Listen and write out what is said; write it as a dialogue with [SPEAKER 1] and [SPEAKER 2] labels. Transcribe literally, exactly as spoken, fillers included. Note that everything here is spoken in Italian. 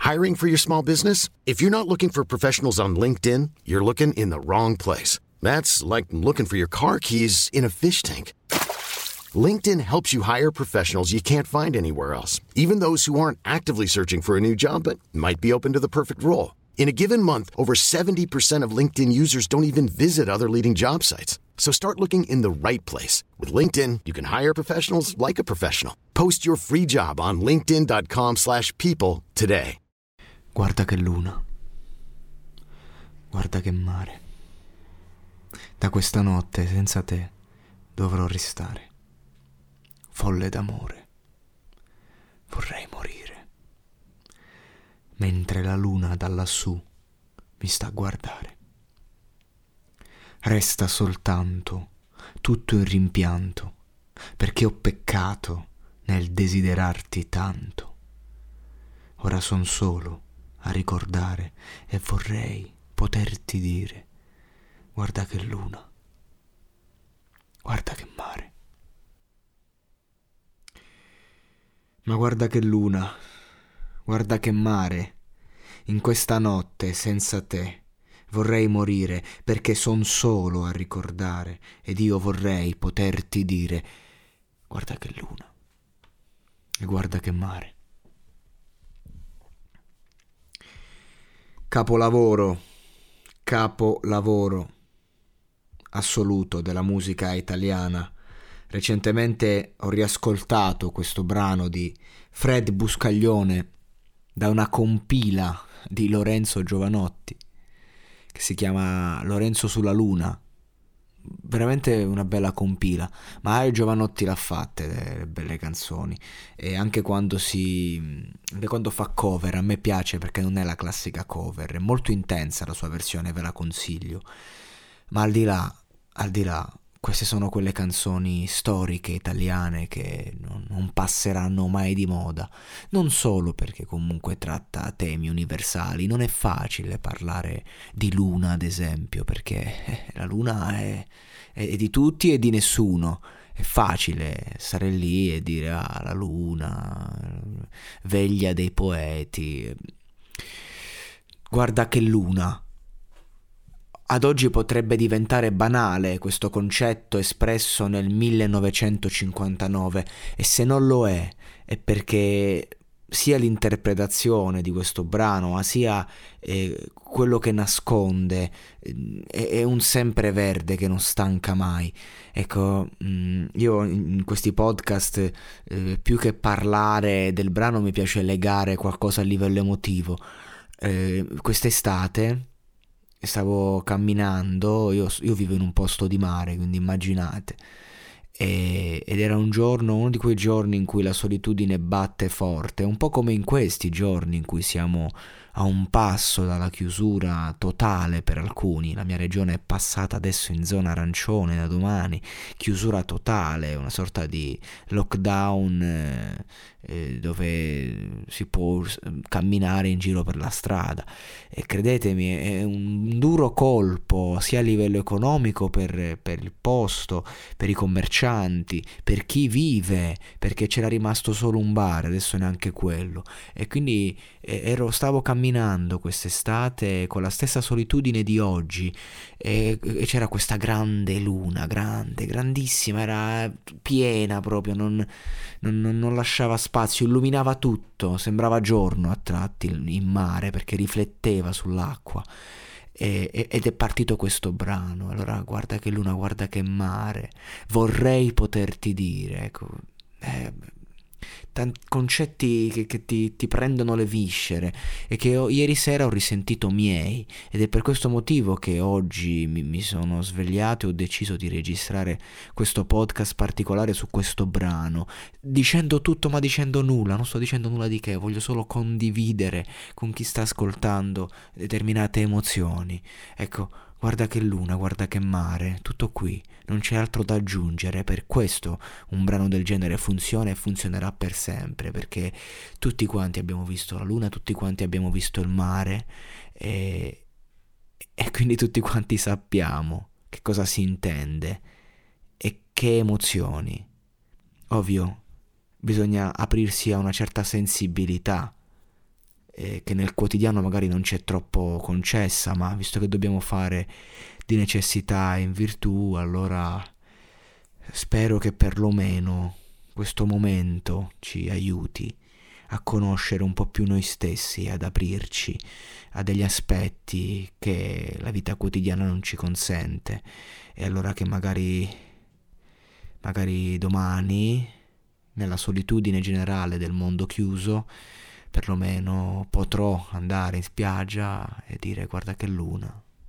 [SPEAKER 1] Hiring for your small business? If you're not looking for professionals on LinkedIn, you're looking in the wrong place. That's like looking for your car keys in a fish tank. LinkedIn helps you hire professionals you can't find anywhere else, even those who aren't actively searching for a new job but might be open to the perfect role. In a given month, over seventy percent of LinkedIn users don't even visit other leading job sites. So start looking in the right place. With LinkedIn, you can hire professionals like a professional. Post your free job on linkedin.com slash people today.
[SPEAKER 2] Guarda che luna. Guarda che mare. Da questa notte senza te dovrò restare. Folle d'amore. Vorrei morire. Mentre la luna da lassù mi sta a guardare. Resta soltanto tutto il rimpianto, perché ho peccato nel desiderarti tanto. Ora son solo a ricordare e vorrei poterti dire: guarda che luna, guarda che mare. Ma guarda che luna, guarda che mare, in questa notte senza te vorrei morire, perché son solo a ricordare ed io vorrei poterti dire: guarda che luna e guarda che mare. Capolavoro, capolavoro assoluto della musica italiana. Recentemente ho riascoltato questo brano di Fred Buscaglione da una compila di Lorenzo Giovanotti che si chiama Lorenzo sulla Luna. Veramente una bella compila, ma Giovanotti l'ha fatte delle belle canzoni, e anche quando si anche quando fa cover a me piace, perché non è la classica cover, è molto intensa la sua versione, ve la consiglio. Ma al di là, al di là queste sono quelle canzoni storiche italiane che non, non passeranno mai di moda, non solo perché comunque tratta temi universali. Non è facile parlare di luna, ad esempio, perché la luna è, è di tutti e di nessuno. È facile stare lì e dire ah, la luna, veglia dei poeti. Guarda che luna. Ad oggi potrebbe diventare banale questo concetto espresso nel millenovecentocinquantanove, e se non lo è, è perché sia l'interpretazione di questo brano, ma sia eh, quello che nasconde, eh, è un sempreverde che non stanca mai. Ecco, mh, io in questi podcast, eh, più che parlare del brano, mi piace legare qualcosa a livello emotivo. Eh, quest'estate stavo camminando, io, io vivo in un posto di mare, quindi immaginate, e, ed era un giorno, uno di quei giorni in cui la solitudine batte forte, un po' come in questi giorni in cui siamo a un passo dalla chiusura totale per alcuni. La mia regione è passata adesso in zona arancione da domani, chiusura totale, una sorta di lockdown eh, eh, dove si può camminare in giro per la strada, e credetemi è un duro colpo sia a livello economico per, per il posto, per i commercianti, per chi vive, perché c'era rimasto solo un bar, adesso neanche quello. E quindi eh, ero, stavo camminando quest'estate con la stessa solitudine di oggi, e, e c'era questa grande luna, grande, grandissima, era piena proprio, non, non, non lasciava spazio, illuminava tutto, sembrava giorno a tratti in mare perché rifletteva sull'acqua. E, ed è partito questo brano. Allora guarda che luna, guarda che mare, vorrei poterti dire, ecco, eh, tanti concetti che, che ti, ti prendono le viscere e che ho, ieri sera ho risentito miei, ed è per questo motivo che oggi mi, mi sono svegliato e ho deciso di registrare questo podcast particolare su questo brano, dicendo tutto ma dicendo nulla. Non sto dicendo nulla di che, voglio solo condividere con chi sta ascoltando determinate emozioni. Ecco, guarda che luna, guarda che mare, tutto qui, non c'è altro da aggiungere. Per questo un brano del genere funziona e funzionerà per sempre, perché tutti quanti abbiamo visto la luna, tutti quanti abbiamo visto il mare, e, e quindi tutti quanti sappiamo che cosa si intende e che emozioni. Ovvio, bisogna aprirsi a una certa sensibilità, eh, che nel quotidiano magari non c'è troppo concessa, ma visto che dobbiamo fare di necessità in virtù, allora spero che perlomeno questo momento ci aiuti a conoscere un po' più noi stessi, ad aprirci a degli aspetti che la vita quotidiana non ci consente, e allora che magari magari domani, nella solitudine generale del mondo chiuso, perlomeno potrò andare in spiaggia e dire: guarda che luna.